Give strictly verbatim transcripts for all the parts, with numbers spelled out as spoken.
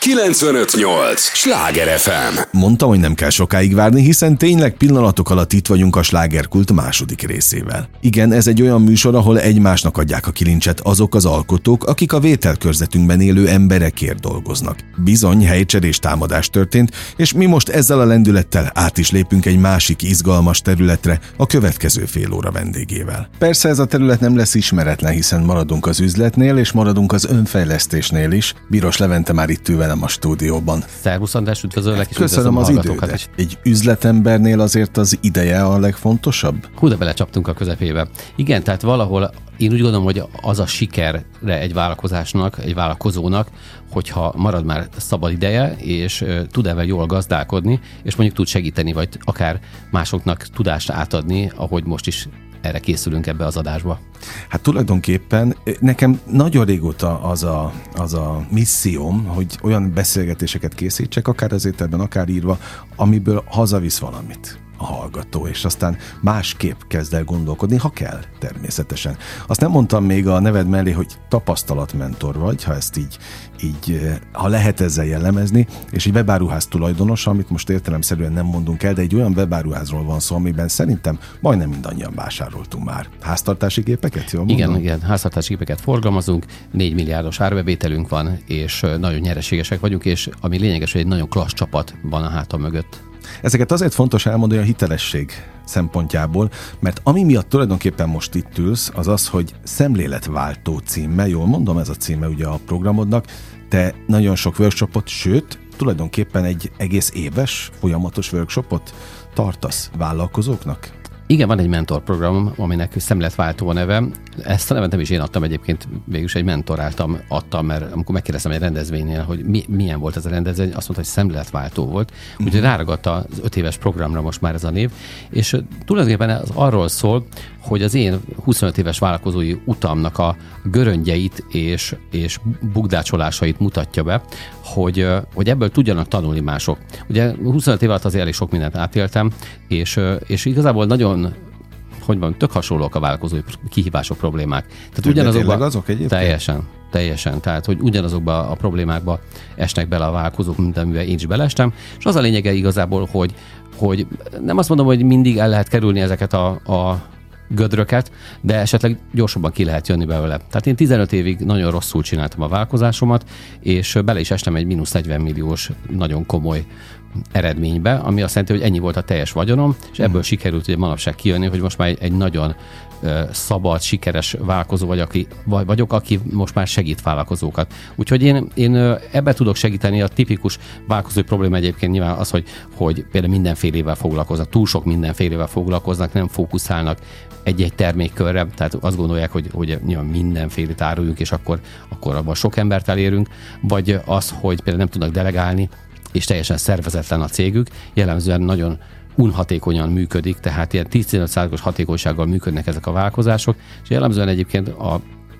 kilencvenöt nyolc Sláger ef em. Mondtam, hogy nem kell sokáig várni, hiszen tényleg pillanatok alatt itt vagyunk a Slágerkult második részével. Igen, ez egy olyan műsor, ahol egymásnak adják a kilincset azok az alkotók, akik a vételkörzetünkben élő emberekért dolgoznak. Bizony, helycserés támadás történt, és mi most ezzel a lendülettel át is lépünk egy másik izgalmas területre a következő fél óra vendégével. Persze ez a terület nem lesz ismeretlen, hiszen maradunk az üzletnél, és maradunk az önfejlesztésnél is. Bíros Levente már itt ül velem a stúdióban. Szervusz András, üdvözöllek, és köszönöm az idődet. Is. Egy üzletembernél azért az ideje a legfontosabb? Hú, de belecsaptunk a közepébe. Igen, tehát valahol én úgy gondolom, hogy az a sikerre egy vállalkozásnak, egy vállalkozónak, hogyha marad már szabad ideje, és tud ebben jól gazdálkodni, és mondjuk tud segíteni, vagy akár másoknak tudást átadni, ahogy most is erre készülünk ebbe az adásba. Hát tulajdonképpen nekem nagyon régóta az a, az a misszióm, hogy olyan beszélgetéseket készítsek, akár az ételben, akár írva, amiből hazavisz valamit a hallgató, és aztán másképp kezd el gondolkodni, ha kell, természetesen. Azt nem mondtam még a neved mellé, hogy tapasztalatmentor vagy, ha ezt így, így ha lehet ezzel jellemezni, és egy webáruház tulajdonos, amit most értelemszerűen nem mondunk el, de egy olyan webáruházról van szó, amiben szerintem majdnem mindannyian vásároltunk már. Háztartási gépeket, jól mondom? Igen, igen, háztartási gépeket forgalmazunk, négy milliárdos árbevételünk van, és nagyon nyereségesek vagyunk, és ami lényeges, hogy egy nagyon klassz csapat van a hátam mögött. Ezeket azért fontos elmondani a hitelesség szempontjából, mert ami miatt tulajdonképpen most itt ülsz, az az, hogy Szemléletváltó címe, jól mondom, ez a címe ugye a programodnak, te nagyon sok workshopot, sőt, tulajdonképpen egy egész éves, folyamatos workshopot tartasz vállalkozóknak? Igen, van egy mentorprogram, aminek Szemléletváltó a neve. Ezt a nevet nem is én adtam egyébként, végülis egy mentoráltam, adtam, mert amikor megkérdeztem egy rendezvénynél, hogy mi, milyen volt ez a rendezvény, azt mondta, hogy szemléletváltó volt. Úgyhogy uh-huh. ráragadt az öt éves programra most már ez a név. És tulajdonképpen az arról szól, hogy az én huszonöt éves vállalkozói utamnak a göröngyeit és, és bukdácsolásait mutatja be, hogy, hogy ebből tudjanak tanulni mások. Ugye huszonöt év alatt azért elég sok mindent átéltem, és, és igazából nagyon, hogy van, tök hasonlóak a vállalkozói kihívások, problémák. Tehát ugyanazokban azok egyébként? Teljesen, teljesen. Tehát, hogy ugyanazokba a problémákba esnek bele a vállalkozók, mint amivel én is belestem. És az a lényege igazából, hogy, hogy nem azt mondom, hogy mindig el lehet kerülni ezeket a, a gödröket, de esetleg gyorsabban ki lehet jönni belőle. Tehát én tizenöt évig nagyon rosszul csináltam a vállalkozásomat, és bele is estem egy mínusz negyven milliós nagyon komoly eredménybe, ami azt jelenti, hogy ennyi volt a teljes vagyonom, és ebből mm. sikerült ugye manapság kijönni, hogy most már egy, egy nagyon uh, szabad, sikeres vállalkozó vagy, aki, vagy, vagyok, aki most már segít vállalkozókat. Úgyhogy én, én uh, ebben tudok segíteni. A tipikus vállalkozói probléma egyébként nyilván az, hogy, hogy például mindenfélével foglalkoznak, túl sok mindenfélével foglalkoznak, nem fókuszálnak egy-egy termékkörre, tehát azt gondolják, hogy, hogy nyilván mindenfélét áruljunk, és akkor, akkor abban sok embert elérünk, vagy az, hogy például nem tudnak delegálni, és teljesen szervezetlen a cégük, jellemzően nagyon unhatékonyan működik, tehát ilyen tíz-tizenöt százalékos hatékonysággal működnek ezek a vállalkozások, és jellemzően egyébként a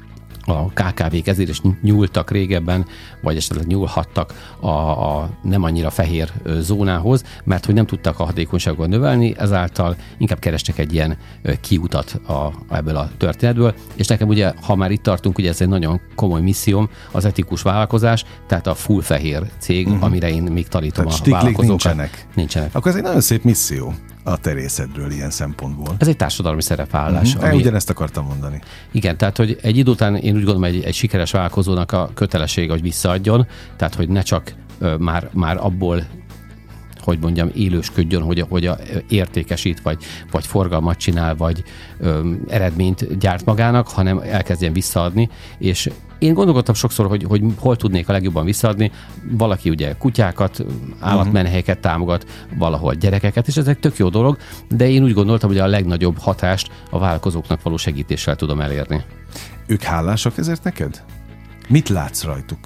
a ká ká vék ezért is nyúltak régebben, vagy esetleg nyúlhattak a, a nem annyira fehér zónához, mert hogy nem tudtak a hatékonyságot növelni, ezáltal inkább kerestek egy ilyen kiutat a, ebből a történetből, és nekem ugye, ha már itt tartunk, ugye ez egy nagyon komoly misszióm, az etikus vállalkozás, tehát a full fehér cég, uh-huh. amire én még tanítom tehát a vállalkozókat. Nincsenek. nincsenek. Akkor ez egy nagyon szép misszió a te részedről ilyen szempontból. Ez egy társadalmi szerepvállás. Uh-huh. Ami... Ugyanezt akartam mondani. Igen, tehát hogy egy idő után én úgy gondolom, egy, egy sikeres vállalkozónak a kötelessége, hogy visszaadjon, tehát hogy ne csak ö, már, már abból, hogy mondjam, élősködjön, hogy, hogy a, értékesít, vagy, vagy forgalmat csinál, vagy ö, eredményt gyárt magának, hanem elkezdjen visszaadni, és én gondolkodtam sokszor, hogy, hogy hol tudnék a legjobban visszaadni. Valaki ugye kutyákat, állatmenhelyeket támogat, valahol gyerekeket, és ez egy tök jó dolog, de én úgy gondoltam, hogy a legnagyobb hatást a vállalkozóknak való segítéssel tudom elérni. Ők hálásak ezért neked? Mit látsz rajtuk?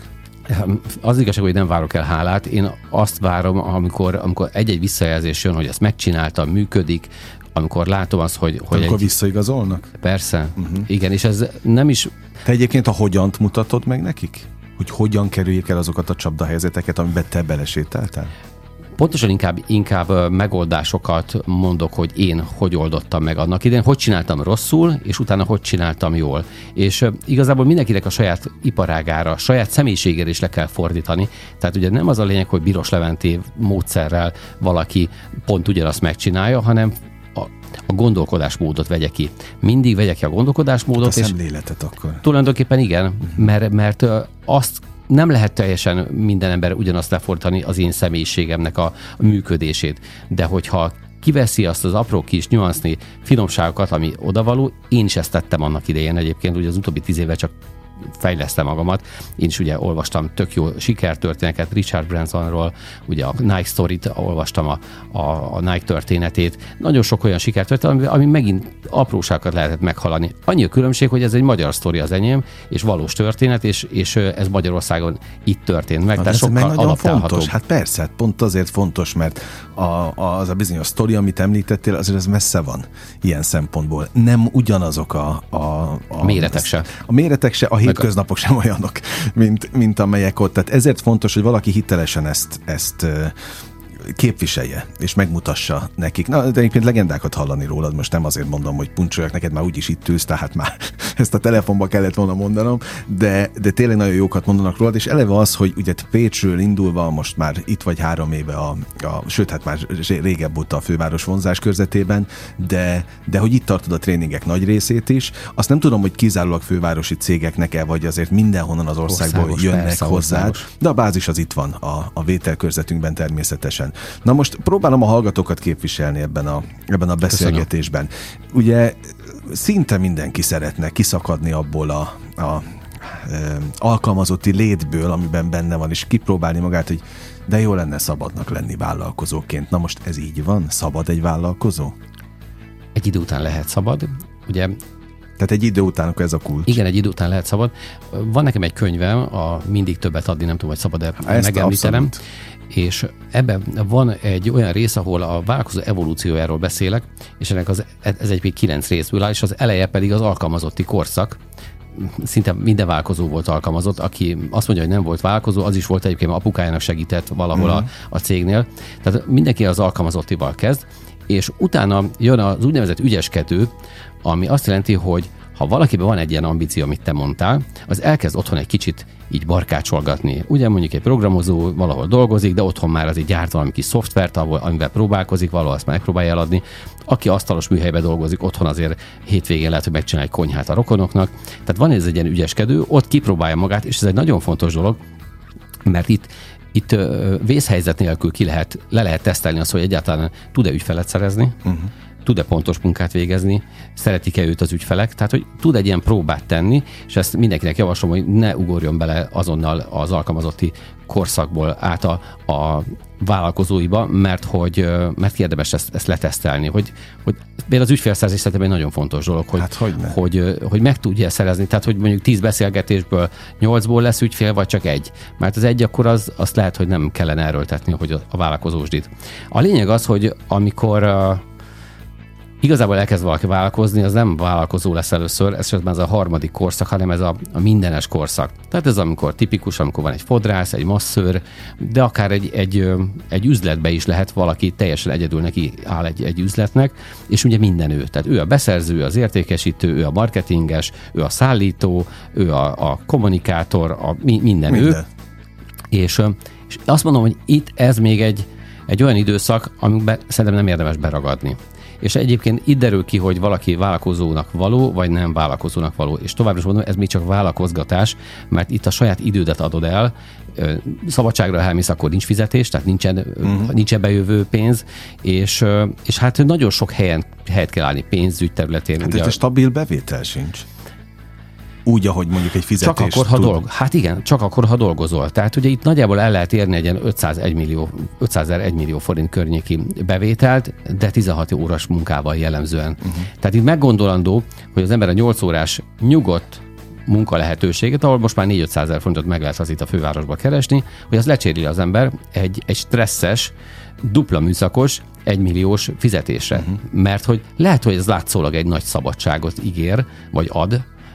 Az igazság, hogy nem várok el hálát. Én azt várom, amikor, amikor egy-egy visszajelzés jön, hogy ezt megcsináltam, működik, amikor látom azt, hogy... hogy amikor egy... visszaigazolnak? Persze, uh-huh. igen, és ez nem is... Te egyébként a hogyant mutatod meg nekik? Hogy hogyan kerüljék el azokat a csapdahelyzeteket, amiben te belesétáltál? pontosan inkább, inkább megoldásokat mondok, hogy én hogy oldottam meg annak idején, hogy csináltam rosszul, és utána hogy csináltam jól. És igazából mindenkinek a saját iparágára, saját személyiségére is le kell fordítani. Tehát ugye nem az a lényeg, hogy Biros Leventé módszerrel valaki pont ugyanazt megcsinálja, hanem a, a gondolkodásmódot vegye ki. Mindig vegye ki a gondolkodásmódot. A szemléletet akkor. Tulajdonképpen igen, mert, mert azt nem lehet teljesen minden ember ugyanazt lefordítani az én személyiségemnek a, a működését. De hogyha kiveszi azt az apró kis nyuanszni finomságokat, ami odavaló, én is ezt tettem annak idején egyébként, ugye az utóbbi tíz éve csak fejlesztem magamat. Én is ugye olvastam tök jó sikertörténeteket Richard Bransonról, ugye a Nike Story-t, olvastam a, a, a Nike történetét. Nagyon sok olyan sikertörténet, ami, ami megint apróságokat lehetett meghalani. Annyi a különbség, hogy ez egy magyar sztori az enyém, és valós történet, és, és ez Magyarországon itt történt meg. Hát tehát sokkal meg nagyon fontos. Hát persze, hát pont azért fontos, mert a, az a bizonyos sztori, amit említettél, azért ez messze van ilyen szempontból. Nem ugyanazok a... A, a méretek se. A méretek se, a hétköznapok sem olyanok, mint, mint amelyek ott. Tehát ezért fontos, hogy valaki hitelesen ezt, ezt képviselje, és megmutassa nekik. Na, de egyébként legendákat hallani rólad, most nem azért mondom, hogy puncsoljak neked, már úgyis itt ülsz, tehát már ezt a telefonba kellett volna mondanom, de, de tényleg nagyon jókat mondanak rólad, és eleve az, hogy ugye Pécsről indulva most már itt vagy három éve, a, a, sőt, hát már régebb óta a főváros vonzás körzetében, de, de hogy itt tartod a tréningek nagy részét is. Azt nem tudom, hogy kizárólag fővárosi cégeknek-e, vagy azért mindenhonnan az országból országos, jönnek persze, hozzád, országos. De a bázis az itt van a, a vételkörzetünkben természetesen. Na most próbálom a hallgatókat képviselni ebben a, ebben a beszélgetésben. Köszönöm. Ugye szinte mindenki szeretne kiszakadni abból a, a, a e, alkalmazotti létből, amiben benne van, és kipróbálni magát, hogy de jó lenne szabadnak lenni vállalkozóként. Na most ez így van? Szabad egy vállalkozó? Egy idő után lehet szabad. Ugye Tehát egy idő után akkor ez a kulcs. Igen, egy idő után lehet szabad. Van nekem egy könyvem, a Mindig többet adni, nem tudom, hogy szabad-e megemlítenem. És ebben van egy olyan rész, ahol a vállalkozó evolúciójáról beszélek, és ennek az, ez egy kilenc részből áll, és az eleje pedig az alkalmazotti korszak. Szinte minden vállalkozó volt alkalmazott, aki azt mondja, hogy nem volt vállalkozó, az is volt egyébként, apukájának segített valahol mm. a, a cégnél. Tehát mindenki az alkalmazottival kezd, és utána jön az úgynevezett ügyeskedő, ami azt jelenti, hogy ha valakiben van egy ilyen ambíció, amit te mondtál, az elkezd otthon egy kicsit így barkácsolgatni. Ugye mondjuk egy programozó valahol dolgozik, de otthon már azért gyárt valami kis szoftvert, amivel próbálkozik, valahol azt megpróbálja eladni. Aki asztalos műhelyben dolgozik, otthon azért hétvégén lehet, hogy megcsinál egy konyhát a rokonoknak. Tehát van ez egy ilyen ügyeskedő, ott kipróbálja magát, és ez egy nagyon fontos dolog, mert itt Itt vészhelyzet nélkül ki lehet, le lehet tesztelni azt, hogy egyáltalán tud-e ügyfelet szerezni, uh-huh. tud-e pontos munkát végezni, szeretik-e őt az ügyfelek, tehát hogy tud egy ilyen próbát tenni, és ezt mindenkinek javaslom, hogy ne ugorjon bele azonnal az alkalmazotti korszakból át a, a vállalkozóiba, mert hogy mert érdemes ezt, ezt letesztelni, hogy, hogy például az ügyfélszerzés szerintem egy nagyon fontos dolog, hogy, hát, hogy, hogy, hogy meg tudja szerezni, tehát hogy mondjuk tíz beszélgetésből nyolcból lesz ügyfél, vagy csak egy. Mert az egy akkor az, azt lehet, hogy nem kellene erőltetni, hogy a, a vállalkozósdit. A lényeg az, hogy amikor igazából elkezd valaki vállalkozni, az nem vállalkozó lesz először, ez már az a harmadik korszak, hanem ez a, a mindenes korszak. Tehát ez amikor tipikus, amikor van egy fodrász, egy masszőr, de akár egy, egy, egy üzletbe is lehet valaki, teljesen egyedül neki áll egy, egy üzletnek, és ugye minden ő. Tehát ő a beszerző, az értékesítő, ő a marketinges, ő a szállító, ő a, a kommunikátor, a, minden, minden ő. És, és azt mondom, hogy itt ez még egy, egy olyan időszak, amiben szerintem nem érdemes beragadni. És egyébként itt derül ki, hogy valaki vállalkozónak való, vagy nem vállalkozónak való. És továbbra is mondom, ez még csak vállalkozgatás, mert itt a saját idődet adod el, szabadságra elmész, akkor nincs fizetés, tehát nincsen, uh-huh. nincsen bejövő pénz, és, és hát nagyon sok helyen helyet kell állni pénzügy területén. Hát ez a stabil bevétel sincs. Úgy, ahogy mondjuk egy fizetés csak akkor, ha dolg... Hát igen, csak akkor, ha dolgozol. Tehát ugye itt nagyjából el lehet érni egy ilyen ötszázezer egy millió forint környéki bevételt, de tizenhat órás munkával jellemzően. Uh-huh. Tehát itt meggondolandó, hogy az ember a nyolc órás nyugodt munka lehetőséget, ahol most már négy-ötszázezer forintot meg lehet az itt a fővárosba keresni, hogy az lecséréli az ember egy, egy stresszes, dupla műszakos, egymilliós fizetésre. Uh-huh. Mert hogy lehet, hogy ez látszólag egy nagy szabadságot ígér, vagy ad,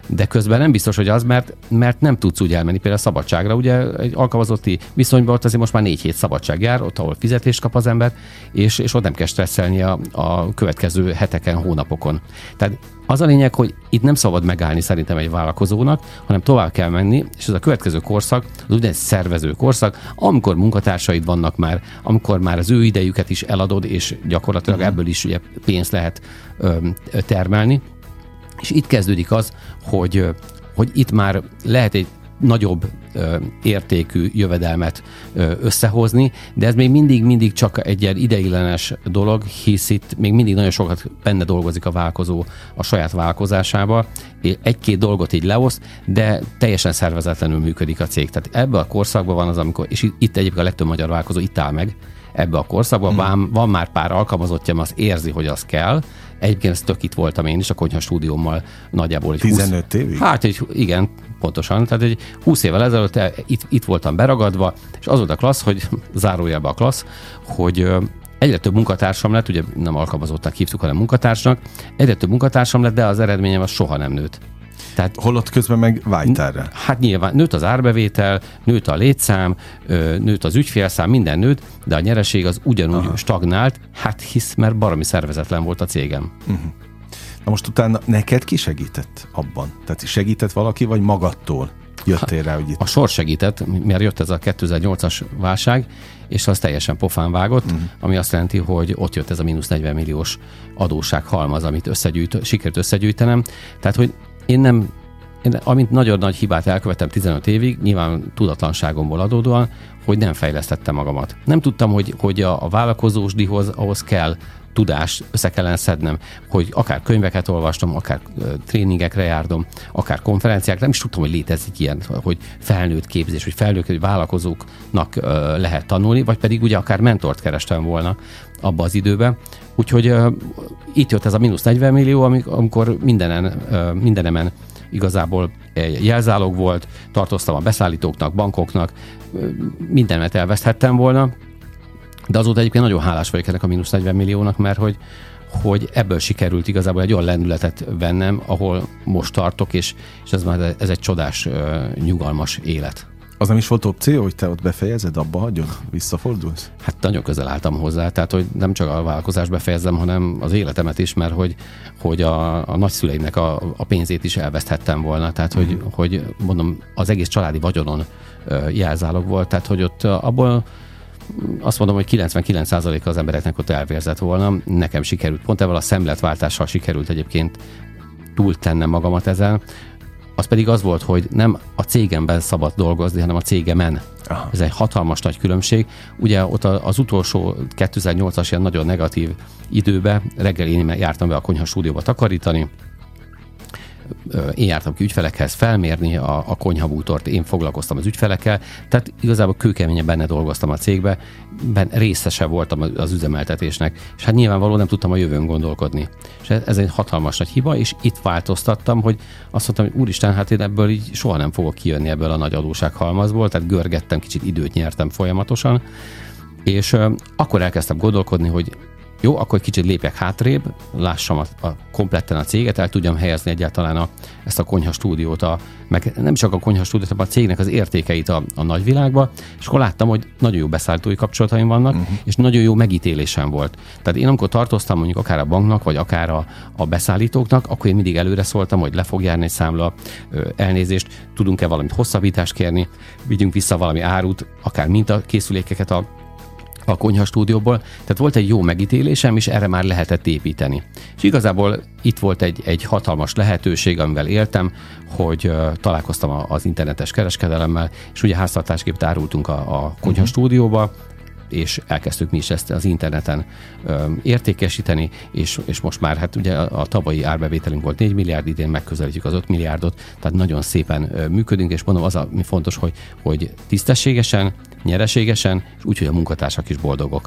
de közben nem biztos, hogy az, mert, mert nem tudsz úgy elmenni például szabadságra. Ugye egy alkalmazotti viszonyban ott azért most már négy hét szabadság jár, ott, ahol fizetést kap az ember, és, és ott nem kell stresszelni a, a következő heteken, hónapokon. Tehát az a lényeg, hogy itt nem szabad megállni szerintem egy vállalkozónak, hanem tovább kell menni, és ez a következő korszak, az úgynevezett szervező korszak, amikor munkatársaid vannak már, amikor már az ő idejüket is eladod, és gyakorlatilag uh-huh. ebből is ugye pénzt lehet ö, termelni. És itt kezdődik az, hogy, hogy itt már lehet egy nagyobb ö, értékű jövedelmet ö, összehozni, de ez még mindig-mindig csak egy ilyen ideiglenes dolog, hisz itt még mindig nagyon sokat benne dolgozik a vállalkozó a saját vállalkozásába, egy-két dolgot így leoszt, de teljesen szervezetlenül működik a cég. Tehát ebben a korszakban van az, amikor, és itt egyébként a legtöbb magyar vállalkozó itt áll meg, ebbe a korszakban hmm. van, van már pár alkalmazottja, az érzi, hogy az kell. Egyébként ez tök itt voltam én is, a konyha stúdiómmal nagyjából egy tizenöt évig? Hát egy, igen, pontosan. Tehát egy húsz évvel ezelőtt itt, itt voltam beragadva, és az volt a klassz, hogy zárójelben a klassz, hogy egyre több munkatársam lett, ugye nem alkalmazottnak hívtuk, hanem munkatársnak, egyre több munkatársam lett, de az eredményem az soha nem nőtt. Tehát, holott közben meg vágyt erre? Hát nyilván nőtt az árbevétel, nőtt a létszám, nőtt az ügyfélszám, minden nőtt, de a nyereség az ugyanúgy Aha. stagnált, hát hisz, mert baromi szervezetlen volt a cégem. Uh-huh. Na most utána neked ki segített abban? Tehát segített valaki, vagy magadtól jöttél rá, hogy itt... A sor segített, mert jött ez a kétezer-nyolcas válság, és az teljesen pofán vágott, uh-huh. ami azt jelenti, hogy ott jött ez a mínusz negyven milliós adósság halmaz, amit összegyűjt, sikerült összegyűjtenem. Tehát, hogy én nem, én, amint nagyon nagy hibát elkövettem tizenöt évig, nyilván tudatlanságomból adódóan, hogy nem fejlesztettem magamat. Nem tudtam, hogy, hogy a, a vállalkozósdihoz ahhoz kell tudást össze kellene szednem, hogy akár könyveket olvastam, akár uh, tréningekre jártam, akár konferenciák, nem is tudtam, hogy létezik ilyen, hogy felnőtt képzés, hogy felnőtt hogy vállalkozóknak uh, lehet tanulni, vagy pedig ugye akár mentort kerestem volna abba az időben. Úgyhogy uh, itt jött ez a mínusz negyven millió, amikor mindenen, uh, mindenemen igazából jelzálog volt, tartoztam a beszállítóknak, bankoknak, uh, mindenet elveszthettem volna, de azóta egyébként nagyon hálás vagyok ennek a mínusz negyven milliónak, mert hogy, hogy ebből sikerült igazából egy olyan lendületet vennem, ahol most tartok, és, és ez már ez egy csodás, nyugalmas élet. Az nem is volt opció, hogy te ott befejezed, abba hagyod, visszafordulsz? Hát nagyon közel álltam hozzá, tehát hogy nem csak a vállalkozást befejezem, hanem az életemet is, mert hogy, hogy a, a nagyszüleimnek a, a pénzét is elveszthettem volna, tehát mm-hmm. hogy, hogy mondom, az egész családi vagyonon jelzálog volt, tehát hogy ott abból azt mondom, hogy kilencvenkilenc százaléka az embereknek ott elvérzett volna. Nekem sikerült, pont ebben a szemletváltással sikerült egyébként túltennem magamat ezen. Az pedig az volt, hogy nem a cégemben szabad dolgozni, hanem a cégemen. Aha. Ez egy hatalmas nagy különbség. Ugye ott az utolsó kétezer-nyolcas ilyen nagyon negatív időben reggel én jártam be a konyha stúdióba takarítani, én jártam ki ügyfelekhez felmérni a, a konyhabútort, én foglalkoztam az ügyfelekkel, tehát igazából kőkeményen benne dolgoztam a cégbe, ben részese voltam az üzemeltetésnek, és hát nyilvánvalóan nem tudtam a jövőn gondolkodni. És ez egy hatalmas nagy hiba, és itt változtattam, hogy azt mondtam, hogy úristen, hát én ebből így soha nem fogok kijönni ebből a nagy adóssághalmazból, tehát görgettem, kicsit időt nyertem folyamatosan, és uh, akkor elkezdtem gondolkodni, hogy jó, akkor egy kicsit lépjek hátrébb, lássam a, a kompletten a céget, el tudjam helyezni egyáltalán a, ezt a konyha stúdiót, a, meg nem csak a konyha stúdiót, hanem a cégnek az értékeit a, a nagyvilágba, és akkor láttam, hogy nagyon jó beszállítói kapcsolataim vannak, uh-huh. és nagyon jó megítélésem volt. Tehát én amikor tartoztam mondjuk akár a banknak, vagy akár a, a beszállítóknak, akkor én mindig előre szóltam, hogy le fog járni egy számla, elnézést, tudunk-e valamit hosszabbítást kérni, vigyünk vissza valami árut, akár mintakészülékeket a a konyha stúdióból, tehát volt egy jó megítélésem, és erre már lehetett építeni. És igazából itt volt egy, egy hatalmas lehetőség, amivel éltem, hogy uh, találkoztam a, az internetes kereskedelemmel, és ugye háztartásgépet árultunk a, a konyha uh-huh. stúdióba, és elkezdtük mi is ezt az interneten um, értékesíteni, és, és most már hát ugye a, a tavalyi árbevételünk volt négy milliárd, idén megközelítjük az öt milliárdot, tehát nagyon szépen uh, működünk, és mondom, az a mi fontos, hogy, hogy tisztességesen, nyereségesen, és úgy, hogy a munkatársak is boldogok.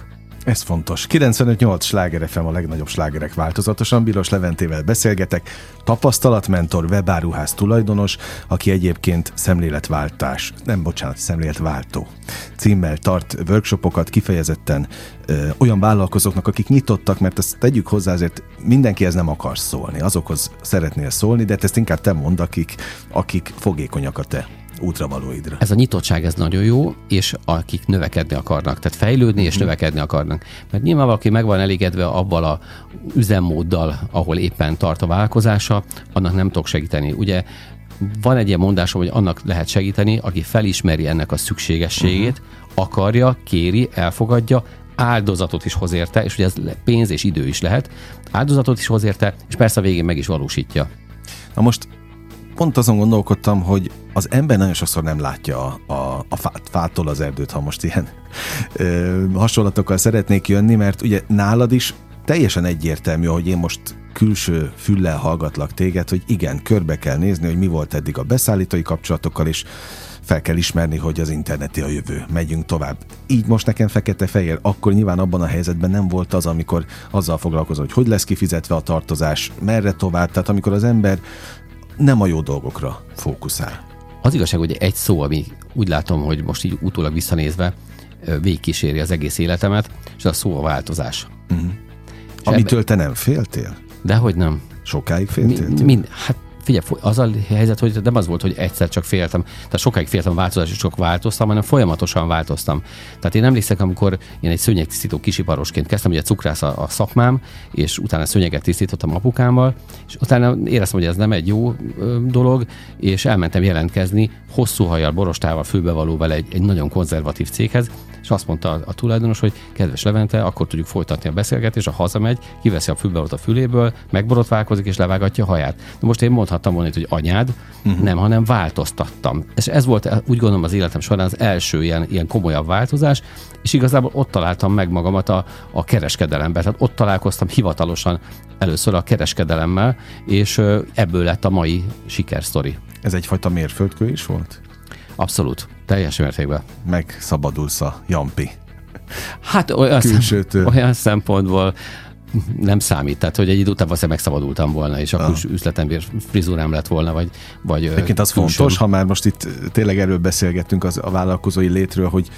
Ez fontos. kilencvenöt nyolc Sláger ef em, a legnagyobb slágerek változatosan. Biros Leventével beszélgetek, tapasztalatmentor, webáruház tulajdonos, aki egyébként szemléletváltás, nem bocsánat, szemléletváltó címmel tart workshopokat kifejezetten ö, olyan vállalkozóknak, akik nyitottak, mert ezt tegyük hozzá, azért mindenkihez nem akar szólni, azokhoz szeretnél szólni, de ezt inkább te mondd, akik, akik fogékonyak a te útravalóidra. Ez a nyitottság, ez nagyon jó, és akik növekedni akarnak, tehát fejlődni és növekedni akarnak. Mert nyilván valaki meg van elégedve avval a üzemmóddal, ahol éppen tart a vállalkozása, annak nem tudok segíteni. Ugye van egy ilyen mondásom, hogy annak lehet segíteni, aki felismeri ennek a szükségességét, uh-huh. akarja, kéri, elfogadja, áldozatot is hoz érte, és ugye ez pénz és idő is lehet, áldozatot is hoz érte, és persze a végén meg is valósítja. Na most pont azon gondolkodtam, hogy az ember nagyon sokszor nem látja a, a, a fát, fától az erdőt, ha most ilyen ö, hasonlatokkal szeretnék jönni, mert ugye nálad is teljesen egyértelmű, hogy én most külső füllel hallgatlak téged, hogy igen, körbe kell nézni, hogy mi volt eddig a beszállítói kapcsolatokkal, és fel kell ismerni, hogy az interneti a jövő. Megyünk tovább. Így most nekem fekete-fehér, akkor nyilván abban a helyzetben nem volt az, amikor azzal foglalkozol, hogy hogy lesz kifizetve a tartozás, merre tovább, tehát amikor az ember nem a jó dolgokra fókuszál. Az igazság, hogy egy szó, ami úgy látom, hogy most így utólag visszanézve végigkíséri az egész életemet, és a szó a változás. Uh-huh. Amitől te nem féltél? Dehogy nem. Sokáig féltél? Mi, mind, hát figyelj, az a helyzet, hogy nem az volt, hogy egyszer csak féltem, tehát sokáig féltem változás, és sok változtam, hanem folyamatosan változtam. Tehát én emlékszem, amikor én egy szőnyegtisztító kisiparosként kezdtem, ugye cukrász a, a szakmám, és utána szőnyeget tisztítottam apukámmal, és utána éreztem, hogy ez nem egy jó ö, dolog, és elmentem jelentkezni hosszú hajjal, borostával, fülbevalóval egy, egy nagyon konzervatív céghez, és azt mondta a, a tulajdonos, hogy kedves Levente, akkor tudjuk folytatni a beszélgetést, ha hazamegy, kiveszi a fülbevalót a füléből, megborotválkozik és levágatja a haját. De most én mondhattam volna, hogy anyád, uh-huh. nem, hanem változtattam. És ez volt, úgy gondolom, az életem során az első ilyen, ilyen komolyabb változás, és igazából ott találtam meg magamat a, a kereskedelemben. Tehát ott találkoztam hivatalosan először a kereskedelemmel, és ebből lett a mai sikersztori. Ez egyfajta mérföldkő is volt? Abszolút. Teljes mértékben. Megszabadulsz a Jampi. Hát olyan, szem, olyan szempontból nem számít. Tehát, hogy egy idő után valószínűleg megszabadultam volna, és akkor ah. üzletember frizurám lett volna, vagy... vagy Egyébként az külső. Fontos, ha már most itt tényleg erről beszélgettünk az, a vállalkozói létről, hogy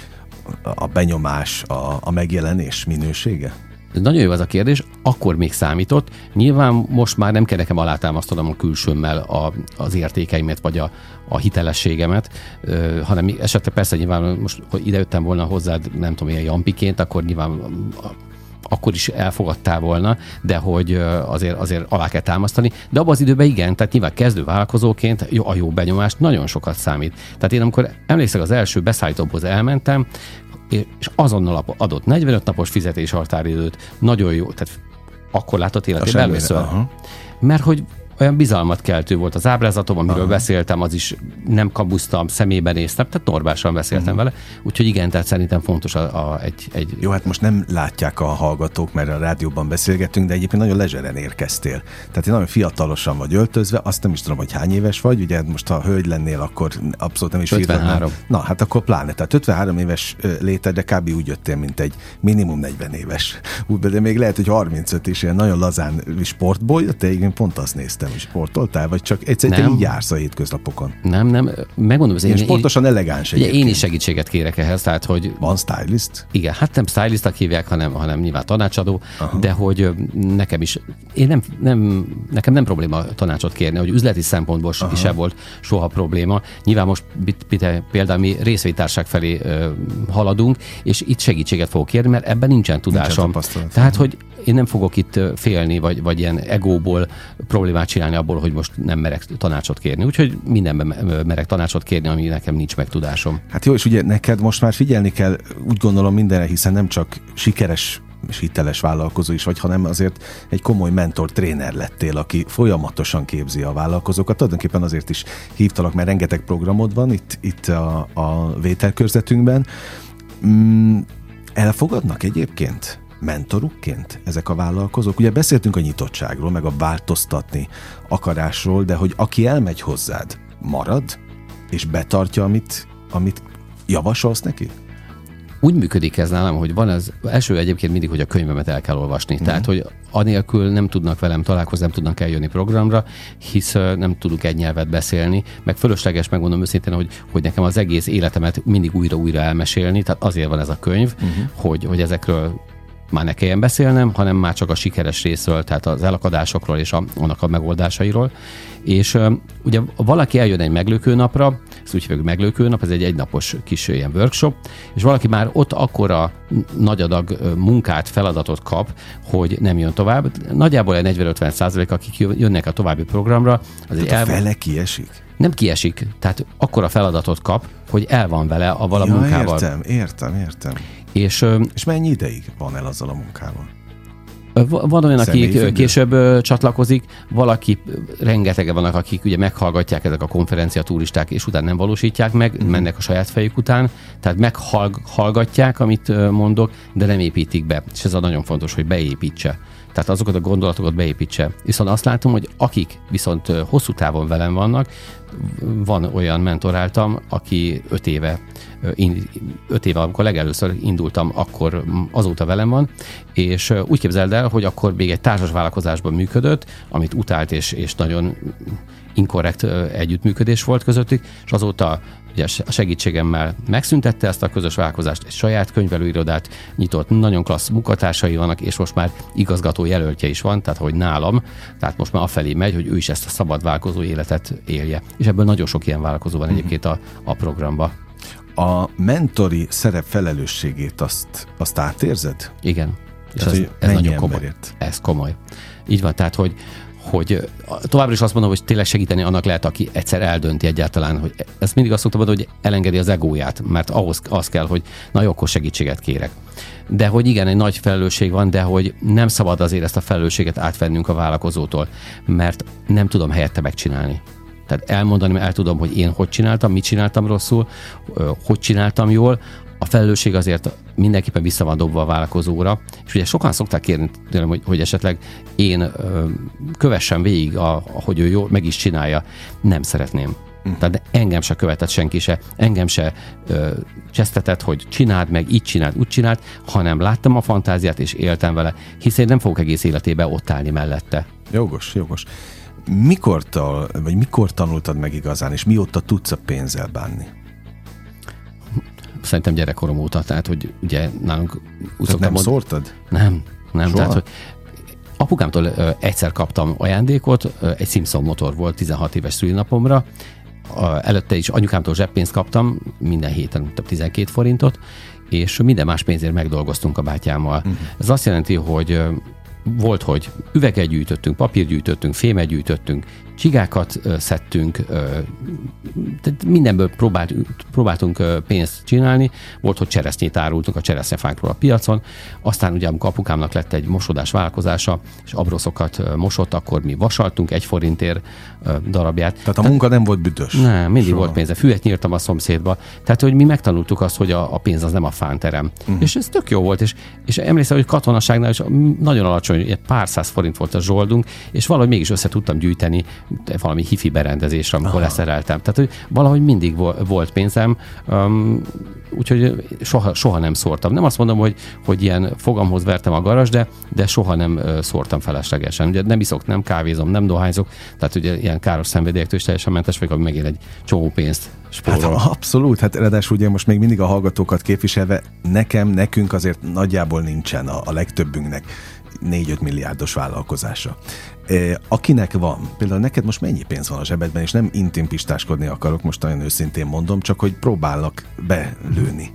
a benyomás, a, a megjelenés minősége? Nagyon jó az a kérdés, akkor még számított. Nyilván most már nem kell nekem alátámasztanom a külsőmmel a, az értékeimet, vagy a, a hitelességemet, ö, hanem esetleg persze nyilván most, hogy idejöttem volna hozzád, nem tudom, ilyen Jampiként, akkor nyilván akkor is elfogadtál volna, de hogy azért, azért alá kell támasztani. De abban az időben igen, tehát nyilván kezdő vállalkozóként a jó benyomást nagyon sokat számít. Tehát én amikor emlékszek, az első beszállítóhoz elmentem, és azonnal adott negyvenöt napos fizetéshatáridőt, nagyon jó, tehát akkor látott életében először. Aha. Mert hogy olyan bizalmat keltő volt az ábrázatom, amiről aha. beszéltem, az is nem kabusztam, szemébe néztem, tehát normálisan beszéltem uh-huh. vele. Úgyhogy igen, tehát szerintem fontos a, a, egy, egy... Jó, hát most nem látják a hallgatók, mert a rádióban beszélgetünk, de egyébként nagyon lezseren érkeztél. Tehát én nagyon fiatalosan vagy öltözve, azt nem is tudom, hogy hány éves vagy, ugye most ha hölgy lennél, akkor abszolút nem is ötvenhárom. Írtam, na, hát akkor pláne. Tehát ötvenhárom éves léted, de kb. Úgy jöttél, mint egy minimum negyven éves. Úgy, de még lehet, hogy harmincöt is ilyen nagyon lazán sportból jöttél, én pont azt néztem, hogy sportoltál, vagy csak egyszerűen így jársz a hétköznapokon? Nem, nem, megmondom, az én, én sportosan elegáns egyébként. Én is segítséget kérek ehhez, tehát hogy... Van stylist? Igen, hát nem stylistnak hívják, hanem, hanem nyilván tanácsadó, aha. de hogy nekem is, én nem, nem, nekem nem probléma tanácsot kérni, hogy üzleti szempontból aha. is sem volt soha probléma. Nyilván most például mi részvénytárság felé uh, haladunk, és itt segítséget fogok kérni, mert ebben nincsen tudásom. Nincsen tehát, hogy én nem fogok itt félni, vagy, vagy ilyen egóból problémát csinálni abból, hogy most nem merek tanácsot kérni. Úgyhogy mindenben merek tanácsot kérni, ami nekem nincs meg tudásom. Hát jó, és ugye neked most már figyelni kell, úgy gondolom mindenre, hiszen nem csak sikeres és hiteles vállalkozó is vagy, hanem azért egy komoly mentor, tréner lettél, aki folyamatosan képzi a vállalkozókat. Tulajdonképpen azért is hívtalak, mert rengeteg programod van itt, itt a, a vételkörzetünkben. Mm, elfogadnak egyébként mentorukként ezek a vállalkozók? Ugye beszéltünk a nyitottságról, meg a változtatni akarásról, de hogy aki elmegy hozzád, marad, és betartja, amit, amit javasolsz neki? Úgy működik ez nálam, hogy van az első egyébként mindig, hogy a könyvemet el kell olvasni. Mm. Tehát, hogy anélkül nem tudnak velem találkozni, nem tudnak eljönni programra, hisz nem tudunk egy nyelvet beszélni, meg fölösleges, megmondom őszintén, hogy, hogy nekem az egész életemet mindig újra-újra elmesélni, tehát azért van ez a könyv, mm-hmm. hogy, hogy ezekről már ne kelljen beszélnem, hanem már csak a sikeres részről, tehát az elakadásokról és a, annak a megoldásairól. És uh, ugye valaki eljön egy meglökőnapra, ezt úgy hívjuk meglökőnap, ez egy egynapos kis ilyen workshop, és valaki már ott akkora nagy adag munkát, feladatot kap, hogy nem jön tovább. Nagyjából egy negyven-ötven százalék, akik jönnek a további programra. Az egy a el... fele kiesik? Nem kiesik, tehát akkora feladatot kap, hogy el van vele a vala ja, munkával. Értem, értem, értem. És, és mennyi ideig van el azzal a munkával? Van olyan, aki később ö, csatlakozik, valaki, rengetegen vannak, akik ugye meghallgatják ezek a konferencia turisták, és utána nem valósítják meg, uh-huh. mennek a saját fejük után, tehát meghallgatják, amit mondok, de nem építik be. És ez a nagyon fontos, hogy beépítse. Tehát azokat a gondolatokat beépítse. Viszont azt látom, hogy akik viszont hosszú távon velem vannak, van olyan mentoráltam, aki öt éve, öt éve, amikor legelőször indultam, akkor azóta velem van, és úgy képzeld el, hogy akkor még egy társas vállalkozásban működött, amit utált, és, és nagyon inkorrekt együttműködés volt közöttük, és azóta ugye a segítségemmel megszüntette ezt a közös vállalkozást, egy saját könyvelőirodát nyitott, nagyon klassz munkatársai vannak, és most már igazgató jelöltje is van, tehát hogy nálam, tehát most már afelé megy, hogy ő is ezt a szabad vállalkozó életet élje. És ebből nagyon sok ilyen vállalkozó van egyébként a, a programba. A mentori szerep felelősségét azt, azt átérzed? Igen. És tehát, ez, ez nagyon komoly. Emberért? Ez komoly. Így van, tehát hogy hogy továbbra is azt mondom, hogy tényleg segíteni annak lehet, aki egyszer eldönti egyáltalán, hogy ezt mindig azt szoktam mondani, hogy elengedi az egóját, mert ahhoz az kell, hogy na jó, akkor segítséget kérek. De hogy igen, egy nagy felelősség van, de hogy nem szabad azért ezt a felelősséget átvennünk a vállalkozótól, mert nem tudom helyette megcsinálni. Tehát elmondani, mert el tudom, hogy én hogy csináltam, mit csináltam rosszul, hogy csináltam jól. A felelősség azért mindenképpen vissza van dobva a vállalkozóra, és ugye sokan szokták kérni tőlem, hogy, hogy esetleg én ö, kövessem végig, a, hogy ő jól meg is csinálja. Nem szeretném. Uh-huh. Tehát engem se követett senki se, engem se ö, csesztetett, hogy csináld meg, így csináld, úgy csináld, hanem láttam a fantáziát, és éltem vele, hiszen nem fogok egész életében ott állni mellette. Jogos, jogos. Mikor, vagy mikor tanultad meg igazán, és mióta tudsz a pénzzel bánni? Szerintem gyerekkorom óta, tehát, hogy ugye nálunk... Tehát nem mond... szórtad? Nem, nem. Soha? Tehát, hogy apukámtól ö, egyszer kaptam ajándékot, ö, egy Simpson motor volt tizenhat éves szülinapomra, ö, előtte is anyukámtól zseppénzt kaptam, minden héten több tizenkét forintot, és minden más pénzért megdolgoztunk a bátyámmal. Uh-huh. Ez azt jelenti, hogy ö, volt, hogy üveget gyűjtöttünk, papírt gyűjtöttünk, fémet gyűjtöttünk, csigákat ö, szedtünk, ö, tehát mindenből próbált, próbáltunk ö, pénzt csinálni. Volt, hogy cseresznyét árultunk a cseresznyefánkról a piacon. Aztán ugye, amikor apukámnak lett egy mosodás vállalkozása, és abroszokat ö, mosott, akkor mi vasaltunk egy forintért ö, darabját. Tehát a munka nem volt büdös? Nem, mindig Soha. volt pénze. Füvet nyírtam a szomszédba. Tehát, hogy mi megtanultuk azt, hogy a, a pénz az nem a fánterem. Uh-huh. És ez tök jó volt, és, és emlékszem, hogy katonaságnál is nagyon alacsony, egy pár száz forint volt a zsoldunk, és valahogy mégis össze tudtam gyűjteni valami hifi berendezésre, amikor Aha. leszereltem. Tehát, hogy valahogy mindig volt pénzem, um, úgyhogy soha, soha nem szórtam. Nem azt mondom, hogy, hogy ilyen fogamhoz vertem a garas, de, de soha nem uh, szórtam feleslegesen. Ugye nem iszok, nem kávézom, nem dohányzok, tehát ugye ilyen káros szenvedélyektől is teljesen mentes vagyok, ami megint egy csomó pénzt spórol. Hát abszolút, hát ráadásul ugye most még mindig a hallgatókat képviselve, nekem, nekünk azért nagyjából nincsen a, a legtöbbünknek négy-öt milliárdos vállalkozása. E, akinek van, például neked most mennyi pénz van a zsebedben, és nem intimpistáskodni akarok, most nagyon őszintén mondom, csak hogy próbálnak belőni.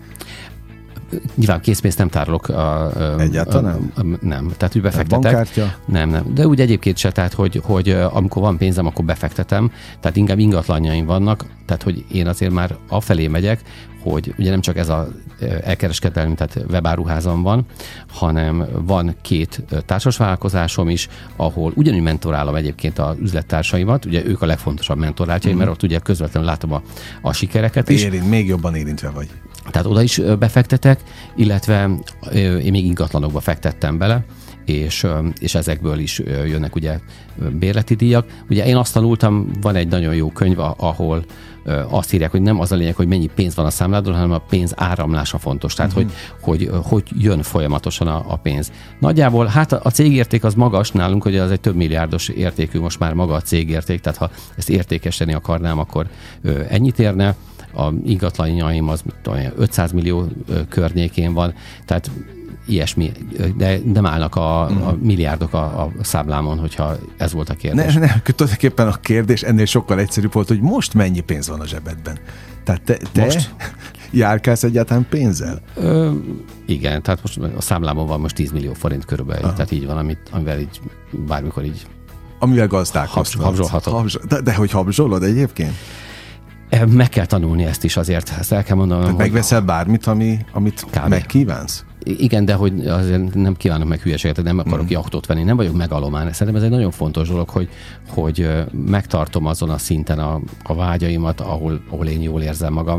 Nyilván készpénzt nem tárolok. A, a, Egyáltalán? A, a, nem. Tehát, hogy befektetek. Bankkártya? Nem, nem. De úgy egyébként se, tehát, hogy, hogy amikor van pénzem, akkor befektetem. Tehát inkább ingatlanjaim vannak. Tehát, hogy én azért már afelé megyek, hogy ugye nem csak ez az elkereskedelmi, tehát webáruházam van, hanem van két társasvállalkozásom is, ahol ugyanúgy mentorálom egyébként az üzlettársaimat, ugye ők a legfontosabb mentoráltjaim, mm. mert ott ugye közvetlenül látom a, a sikereket is. Érint, még jobban érintve vagy. Tehát oda is befektetek, illetve én még ingatlanokba fektettem bele, és, és ezekből is jönnek ugye bérleti díjak. Ugye én azt tanultam, van egy nagyon jó könyv, ahol azt írják, hogy nem az a lényeg, hogy mennyi pénz van a számládon, hanem a pénz áramlása fontos. Tehát, uh-huh. hogy, hogy hogy jön folyamatosan a, a pénz. Nagyjából, hát a cégérték az magas nálunk, hogy az egy több milliárdos értékű most már maga a cégérték, tehát ha ezt értékesíteni akarnám, akkor ennyit érne. A ingatlanjaim az ötszáz millió környékén van, tehát ilyesmi, de nem állnak a, a milliárdok a, a számlámon, hogyha ez volt a kérdés. Ne, ne, tulajdonképpen a kérdés ennél sokkal egyszerűbb volt, hogy most mennyi pénz van a zsebedben? Tehát te, te most járkálsz egyáltalán pénzzel? Ö, igen, tehát most a számlámon van most tíz millió forint körülbelül, aha. Tehát így van, amit, amivel így bármikor így amivel gazdálkodsz. Habzsolhatok. De, de hogy habzsolod egyébként? Meg kell tanulni ezt is azért, ezt el kell mondanom. Tehát megveszel bármit, ami, amit kb. Megkívánsz? Igen, de hogy azért nem kívánok meg hülyeséget, nem akarok mm. jachtot venni, nem vagyok megalomán. Szerintem ez egy nagyon fontos dolog, hogy, hogy megtartom azon a szinten a, a vágyaimat, ahol, ahol én jól érzem magam.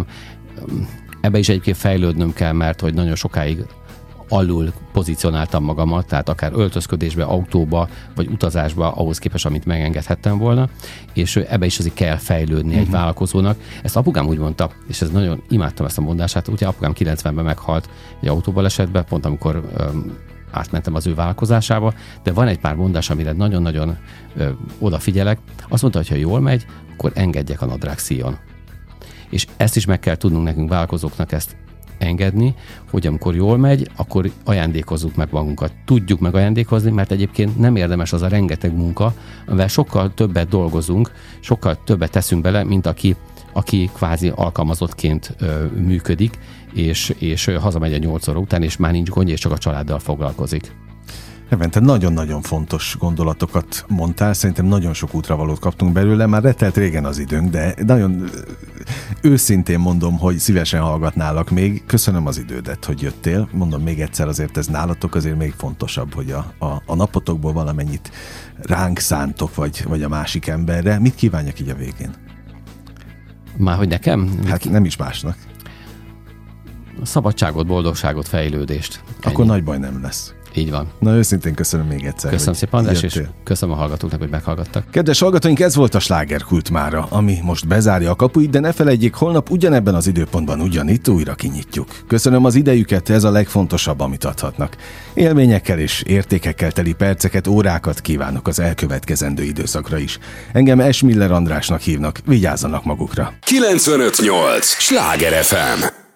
Ebbe is egyébként fejlődnöm kell, mert hogy nagyon sokáig alul pozícionáltam magamat, tehát akár öltözködésbe, autóba, vagy utazásba ahhoz képest, amit megengedhettem volna, és ebbe is azért kell fejlődni uh-huh. egy vállalkozónak. Ezt apukám úgy mondta, és ez nagyon imádtam ezt a mondását, ugye apukám kilencvenben meghalt egy autóbalesetben, pont amikor öm, átmentem az ő vállalkozásába, de van egy pár mondás, amire nagyon-nagyon ö, odafigyelek. Azt mondta, hogy ha jól megy, akkor engedjek a nadrág szíjon. És ezt is meg kell tudnunk nekünk vállalkozóknak ezt engedni, hogy amikor jól megy, akkor ajándékozzuk meg magunkat. Tudjuk meg ajándékozni, mert egyébként nem érdemes az a rengeteg munka, amivel sokkal többet dolgozunk, sokkal többet teszünk bele, mint aki, aki kvázi alkalmazottként ö, működik, és, és hazamegy a nyolc óra után, és már nincs gondja, és csak a családdal foglalkozik. Levente, nagyon-nagyon fontos gondolatokat mondtál, szerintem nagyon sok útravalót kaptunk belőle, már letelt régen az időnk, de nagyon őszintén mondom, hogy szívesen hallgatnálak még. Köszönöm az idődet, hogy jöttél. Mondom még egyszer, azért ez nálatok azért még fontosabb, hogy a, a, a napotokból valamennyit ránk szántok, vagy, vagy a másik emberre. Mit kívánjak így a végén? Már hogy nekem? Hát ki... nem is másnak. Szabadságot, boldogságot, fejlődést. Akkor ennyi. Nagy baj nem lesz. Így van. Na őszintén köszönöm még egyszer. Köszönöm szépen, András, és köszönöm a hallgatóknak, hogy meghallgattak. Kedves hallgatóink, ez volt a Slágerkult mára, ami most bezárja a kapuit, de ne felejtjék, holnap ugyanebben az időpontban ugyanitt újra kinyitjuk. Köszönöm az idejüket, ez a legfontosabb, amit adhatnak. Élményekkel és értékekkel teli perceket, órákat kívánok az elkövetkezendő időszakra is. Engem S. Miller Andrásnak hívnak, vigyázzanak magukra. kilencvenöt nyolc Sláger ef em